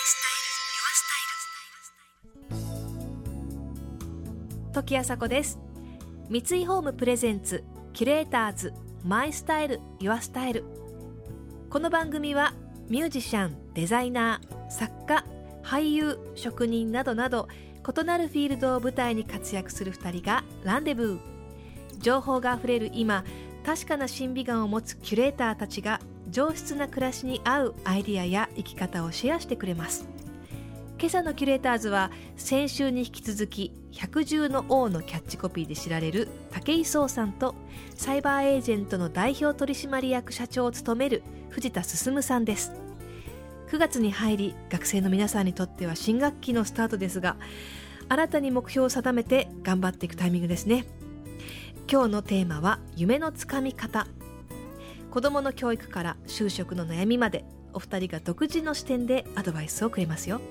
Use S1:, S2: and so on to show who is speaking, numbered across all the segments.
S1: 時あさこです。三井ホームプレゼンツキュレーターズマイスタイルユアスタイル。この番組はミュージシャン、デザイナー、作家、俳優、職人などなど異なるフィールドを舞台に活躍する2人がランデブー。情報があふれる今、確かな審美眼を持つキュレーターたちが上質な暮らしに合うアイディアや生き方をシェアしてくれます。今朝のキュレーターズは先週に引き続き百獣の王のキャッチコピーで知られる武井壮さんと、サイバーエージェントの代表取締役社長を務める藤田進さんです。9月に入り、学生の皆さんにとっては新学期のスタートですが、新たに目標を定めて頑張っていくタイミングですね。今日のテーマは夢のつかみ方。子どもの教育から就職の悩みまで、お二人が独自の視点でアドバイスをくれますよ。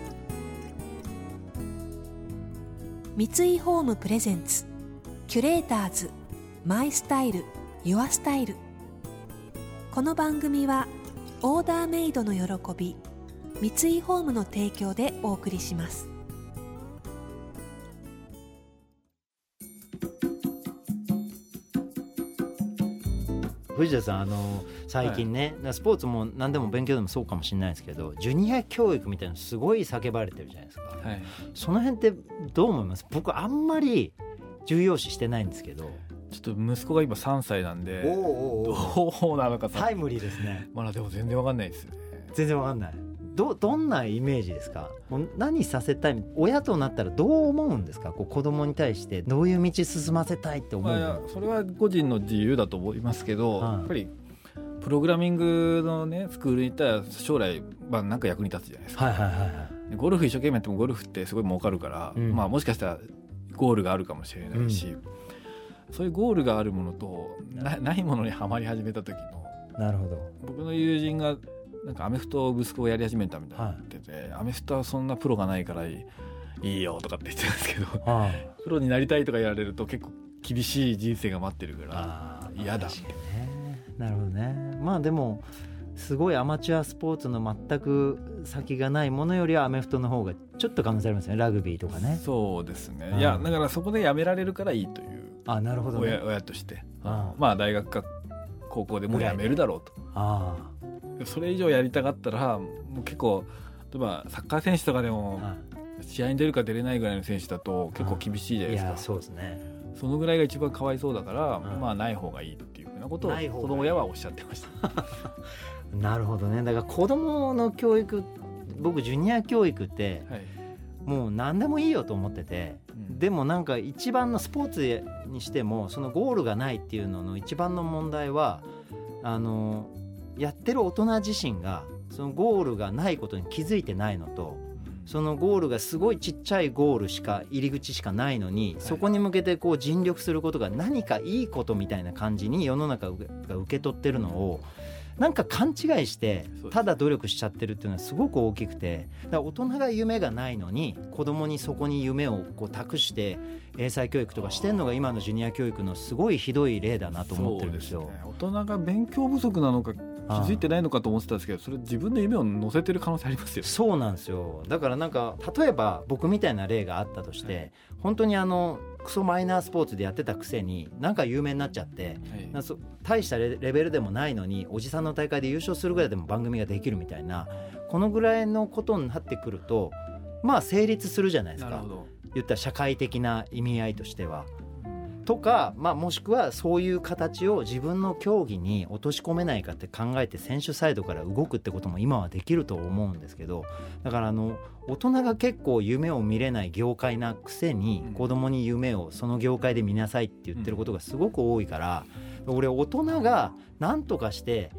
S1: 三井ホームプレゼンツキュレーターズマイスタイルユアスタイル。この番組はオーダーメイドの喜び、三井ホームの提供でお送りします。
S2: 藤田さん、最近ね、スポーツも何でも勉強でもそうかもしれないですけど、ジュニア教育みたいなのすごい叫ばれてるじゃないですか、はい、その辺ってどう思います？僕あんまり重要視してないんですけど。
S3: ちょっと息子が今3歳なんで、どうなのか
S2: タイムリーですね。
S3: まだでも全然わかんないですね。
S2: 全然わかんない。どんなイメージですか？もう何させたい、親となったらどう思うんですか？こう子供に対してどういう道進ませたいって思う？
S3: それは個人の自由だと思いますけど、やっぱりプログラミングのねスクールに行ったら将来、なんか役に立つじゃないですか、ゴルフ一生懸命やってもゴルフってすごい儲かるから、もしかしたらゴールがあるかもしれないし、そういうゴールがあるものとないものにはまり始めた時の。なるほど。僕の友人がなんかアメフトを息子をやり始めたみたいな言ってて、アメフトはそんなプロがないからいいよとかって言ってたんですけど、プロになりたいとか言われると結構厳しい人生が待ってるから嫌だって、
S2: なるほどね。でもすごいアマチュアスポーツの全く先がないものよりはアメフトの方がちょっと可能性ありますね。ラグビーとかね。
S3: そうですね、いやだからそこでやめられるからいいという。
S2: なるほどね。
S3: 親として、大学か高校でもうやめるだろうと。それ以上やりたかったらもう結構、例えばサッカー選手とかでも試合に出るか出れないぐらいの選手だと結構厳しいじゃないですか。いやそうですね。そのぐらいが一番かわいそうだから、ない方がいいっていうふうなことを子供親はおっしゃってました
S2: なるほどね。だから子供の教育、僕ジュニア教育って、もう何でもいいよと思ってて、でもなんか一番のスポーツにしてもそのゴールがないっていうのの一番の問題は、やってる大人自身がそのゴールがないことに気づいてないのと、そのゴールがすごいちっちゃいゴールしか入り口しかないのに、そこに向けてこう尽力することが何かいいことみたいな感じに世の中が受け取ってるのをなんか勘違いしてただ努力しちゃってるっていうのはすごく大きくて、だから大人が夢がないのに子供にそこに夢をこう託して英才教育とかしてるのが今のジュニア教育のすごいひどい例だなと思ってるんですよ。
S3: 大人が勉強不足なのか気づいてないのかと思ってたんですけど、それ自分の夢を乗せてる可能性ありますよ。
S2: そうなんですよ。だからなんか例えば僕みたいな例があったとして、本当にクソマイナースポーツでやってたくせになんか有名になっちゃって、大したレベルでもないのにおじさんの大会で優勝するぐらいでも番組ができるみたいな、このぐらいのことになってくると成立するじゃないですか。言ったら社会的な意味合いとしてはとか、もしくはそういう形を自分の競技に落とし込めないかって考えて選手サイドから動くってことも今はできると思うんですけど、だから大人が結構夢を見れない業界なくせに子供に夢をその業界で見なさいって言ってることがすごく多いから、俺大人が何とかして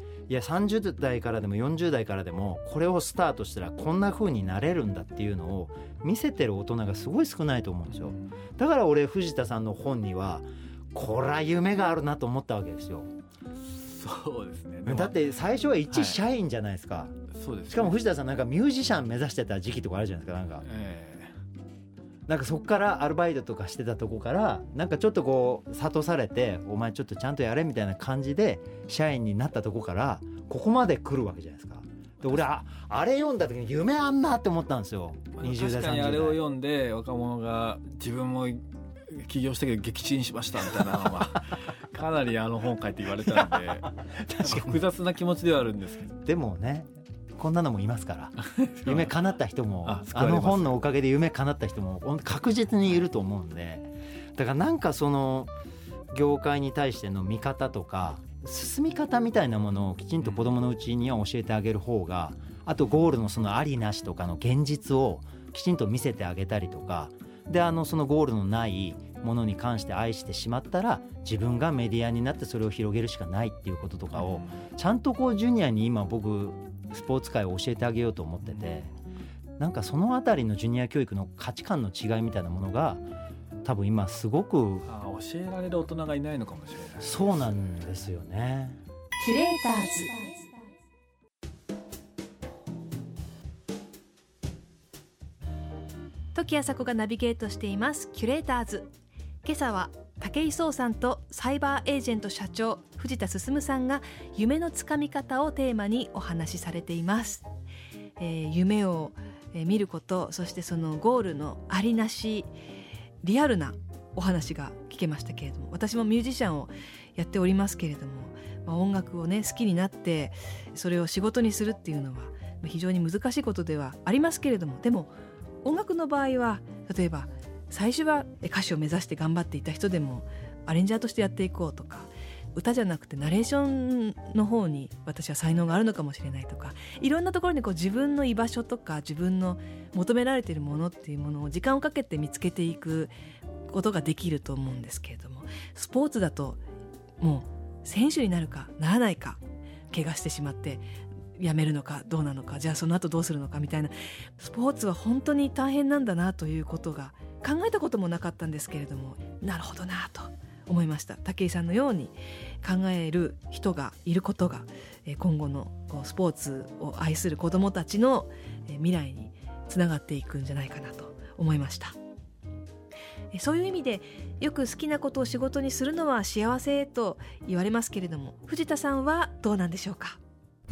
S2: 30代からでも40代からでもこれをスタートしたらこんな風になれるんだっていうのを見せてる大人がすごい少ないと思うんですよ。だから俺藤田さんの本にはこれは夢があるなと思ったわけですよ。
S3: そうですね。
S2: だって最初は一社員じゃないですか、
S3: そうですね。
S2: しかも藤田さんなんかミュージシャン目指してた時期とかあるじゃないですか。なんかそこからアルバイトとかしてたとこからなんかちょっとこう諭されてお前ちょっとちゃんとやれみたいな感じで社員になったとこからここまで来るわけじゃないですか。 で俺あれ読んだ時に夢あんなって思ったんですよ。20代30代
S3: 確かにあれを読んで若者が自分も起業したけど撃沈しましたみたいなのはかなり本書いて言われたんで複雑な気持ちではあるんですけど、
S2: でもねこんなのもいますから夢叶った人もあの本のおかげで夢叶った人も確実にいると思うんで、だからなんかその業界に対しての見方とか進み方みたいなものをきちんと子どものうちには教えてあげる方が、あとゴールのそのありなしとかの現実をきちんと見せてあげたりとかで、そのゴールのないものに関して愛してしまったら自分がメディアになってそれを広げるしかないっていうこととかをちゃんとこうジュニアに今僕スポーツ界を教えてあげようと思ってて、なんかそのあたりのジュニア教育の価値観の違いみたいなものが多分今すごく
S3: 教えられる大人がいないのかもしれない。
S2: そうなんですよね。
S1: キュレーターズ時あさこがナビゲートしていますキュレーターズ。今朝は武井壮さんとサイバーエージェント社長藤田進さんが夢のつかみ方をテーマにお話しされています。夢を見ること、そしてそのゴールのありなし、リアルなお話が聞けましたけれども、私もミュージシャンをやっておりますけれども、音楽をね好きになってそれを仕事にするっていうのは非常に難しいことではありますけれども、でも音楽の場合は例えば最初は歌手を目指して頑張っていた人でもアレンジャーとしてやっていこうとか、歌じゃなくてナレーションの方に私は才能があるのかもしれないとか、いろんなところにこう自分の居場所とか自分の求められているものっていうものを時間をかけて見つけていくことができると思うんですけれども、スポーツだともう選手になるかならないか、怪我してしまってやめるのかどうなのか、じゃあその後どうするのかみたいな、スポーツは本当に大変なんだなということが考えたこともなかったんですけれども、なるほどなと思いました。武井さんのように考える人がいることが今後のスポーツを愛する子どもたちの未来につながっていくんじゃないかなと思いました。そういう意味でよく好きなことを仕事にするのは幸せと言われますけれども、藤田さんはどうなんでしょうか。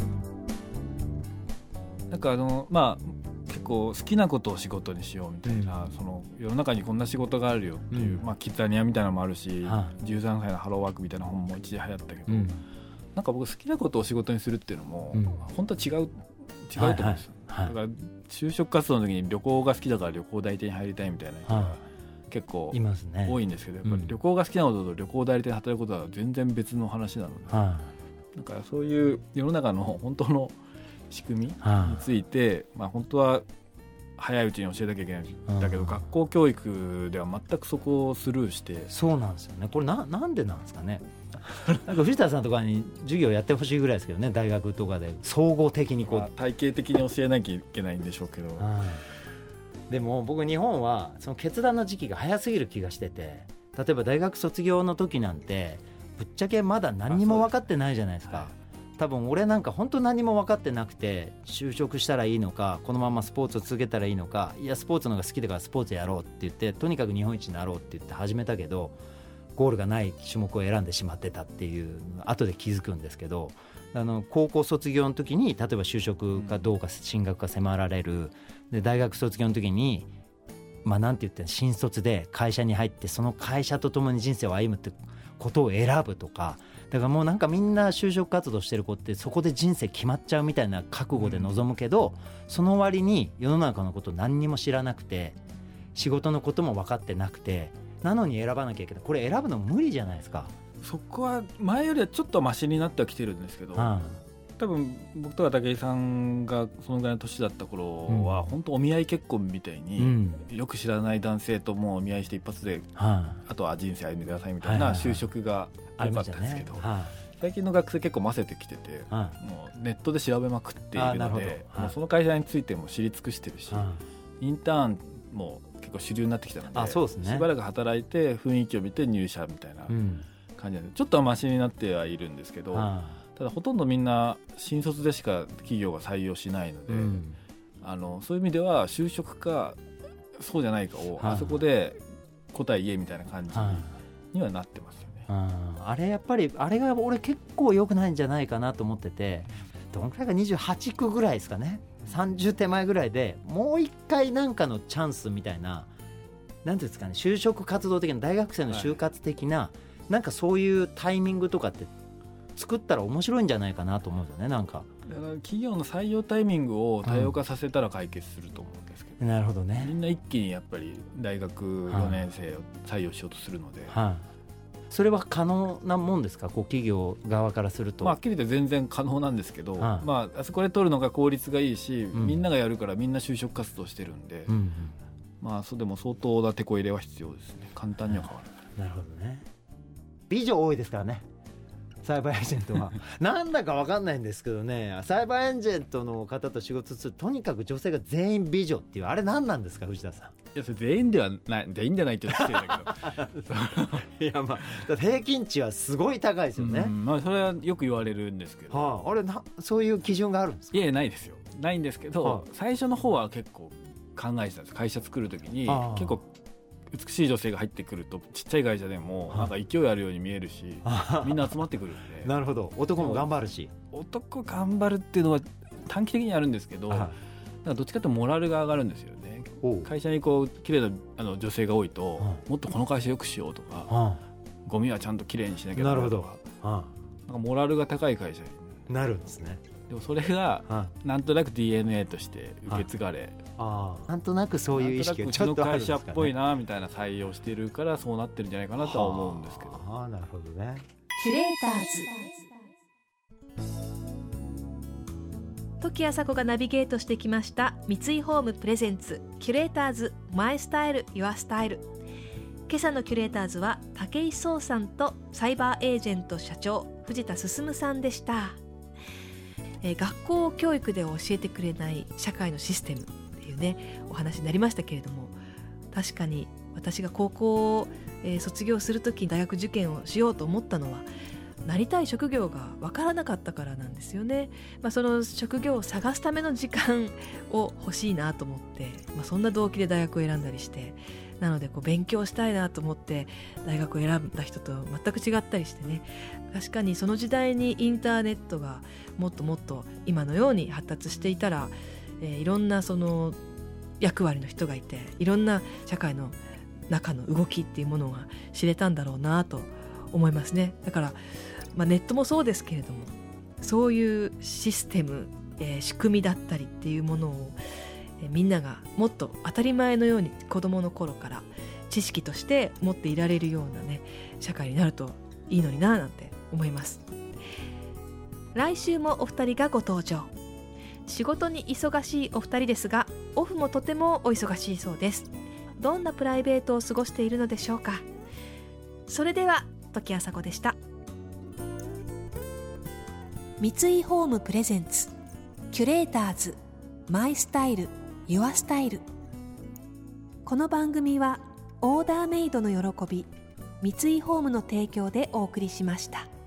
S3: なんか結構好きなことを仕事にしようみたいな、その世の中にこんな仕事があるよっていう、キッザニアみたいなのもあるし、13歳のハローワークみたいな本も一時流行ったけど、なんか僕好きなことを仕事にするっていうのも、本当は違うと思うんですよ。だから就職活動の時に旅行が好きだから旅行代理店に入りたいみたいな人が結構多いんですけど、やっぱり旅行が好きなことと旅行代理店で働くことは全然別の話なので、だからそういう世の中の本当の仕組みについて、本当は早いうちに教えなきゃいけないんだけど、学校教育では全くそこをスルーして。
S2: そうなんですよね。これなんでなんですかね。なんか藤田さんとかに授業やってほしいぐらいですけどね、大学とかで総合的に
S3: 体系的に教えなきゃいけないんでしょうけど、
S2: でも僕日本はその決断の時期が早すぎる気がしてて、例えば大学卒業の時なんてぶっちゃけまだ何にも分かってないじゃないですか。多分俺なんか本当何も分かってなくて、就職したらいいのかこのままスポーツを続けたらいいのか、いやスポーツの方が好きだからスポーツやろうって言って、とにかく日本一になろうって言って始めたけど、ゴールがない種目を選んでしまってたっていう後で気づくんですけど、高校卒業の時に例えば就職かどうか進学か迫られる。で大学卒業の時になんて言って新卒で会社に入って、その会社とともに人生を歩むってことを選ぶとか、だからもうなんかみんな就職活動してる子ってそこで人生決まっちゃうみたいな覚悟で臨むけど、その割に世の中のこと何にも知らなくて、仕事のことも分かってなくて、なのに選ばなきゃいけない。これ選ぶの無理じゃないですか。
S3: そこは前よりはちょっとマシになってはきてるんですけど、多分僕とか武井さんがそのぐらいの年だった頃は、本当お見合い結婚みたいに、よく知らない男性ともうお見合いして一発で、あとは人生歩んでくださいみたいな就職が良かったんですけど、最近の学生結構混ぜてきてて、もうネットで調べまくっているので、もうその会社についても知り尽くしてるし、インターンも結構主流になってきたので、
S2: そうですね、
S3: しばらく働いて雰囲気を見て入社みたいな感じで、ちょっとはマシになってはいるんですけど、ただほとんどみんな新卒でしか企業が採用しないので、そういう意味では就職かそうじゃないかをあそこで答え言えみたいな感じにはなってますよね。
S2: あれやっぱりあれが俺結構良くないんじゃないかなと思ってて、 どのくらいか28区ぐらいですかね、30手前ぐらいでもう一回なんかのチャンスみたいな、なんていうんですかね、就職活動的な大学生の就活的な、なんかそういうタイミングとかって作ったら面白いんじゃないかなと思うんですよね。なんか
S3: だから企業の採用タイミングを多様化させたら解決すると思うんですけど、
S2: なるほどね。
S3: みんな一気にやっぱり大学4年生を採用しようとするので、
S2: それは可能なもんですか、こう企業側からすると。
S3: はっきり言って全然可能なんですけど、あそこで取るのが効率がいいし、みんながやるからみんな就職活動してるんで、そうでも相当な手こ入れは必要ですね。簡単には変わらない。
S2: なるほどね。美女多いですからね、サイバーエージェントは。なんだか分かんないんですけどね、サイバーエージェントの方と仕事するとにかく女性が全員美女っていう、あれ何なんですか、藤田さん。
S3: いや、それ全員ではない、全員じゃないって言ってだ
S2: けどいや、だって平均値はすごい高いですよね。
S3: それはよく言われるんですけど、
S2: あれそういう基準があるんですか。
S3: いや、ないですよ、ないんですけど、最初の方は結構考えてたんです。会社作るときに結構美しい女性が入ってくると、ちっちゃい会社でもなんか勢いあるように見えるし、みんな集まってくるんで。
S2: なるほど、男も頑張るし。
S3: 男頑張るっていうのは短期的にあるんですけど、なんかどっちかというとモラルが上がるんですよね。会社にこう綺麗な女性が多いと、もっとこの会社よくしようとか、ゴミはちゃんと綺麗にしなきゃダメだとか、なんかモラルが高い会社に
S2: なるんですね。
S3: でもそれがなんとなく DNA として受け継がれ、
S2: なんとなくそういう意識がちょっとあるんですかね。
S3: うちの会社っぽいなみたいな採用してるからそうなってるんじゃないかなとは思うんですけど。
S2: なるほどね。
S1: キュレーターズ時あさこがナビゲートしてきました三井ホームプレゼンツキュレーターズマイスタイルユアスタイル。今朝のキュレーターズは武井壮さんとサイバーエージェント社長藤田進さんでした。学校教育で教えてくれない社会のシステムっていうねお話になりましたけれども、確かに私が高校を、卒業するときに大学受験をしようと思ったのはなりたい職業が分からなかったからなんですよね。その職業を探すための時間を欲しいなと思って、そんな動機で大学を選んだりして、なので勉強したいなと思って大学を選んだ人と全く違ったりしてね。確かにその時代にインターネットがもっともっと今のように発達していたら、いろんなその役割の人がいて、いろんな社会の中の動きっていうものが知れたんだろうなと思いますね。だからネットもそうですけれども、そういうシステム、仕組みだったりっていうものを、みんながもっと当たり前のように子どもの頃から知識として持っていられるようなね社会になるといいのにななんて思います。来週もお二人がご登場。仕事に忙しいお二人ですが、オフもとてもお忙しいそうです。どんなプライベートを過ごしているのでしょうか。それでは時あさこでした。三井ホームプレゼンツキュレーターズマイスタイルユアスタイル。この番組はオーダーメイドの喜び三井ホームの提供でお送りしました。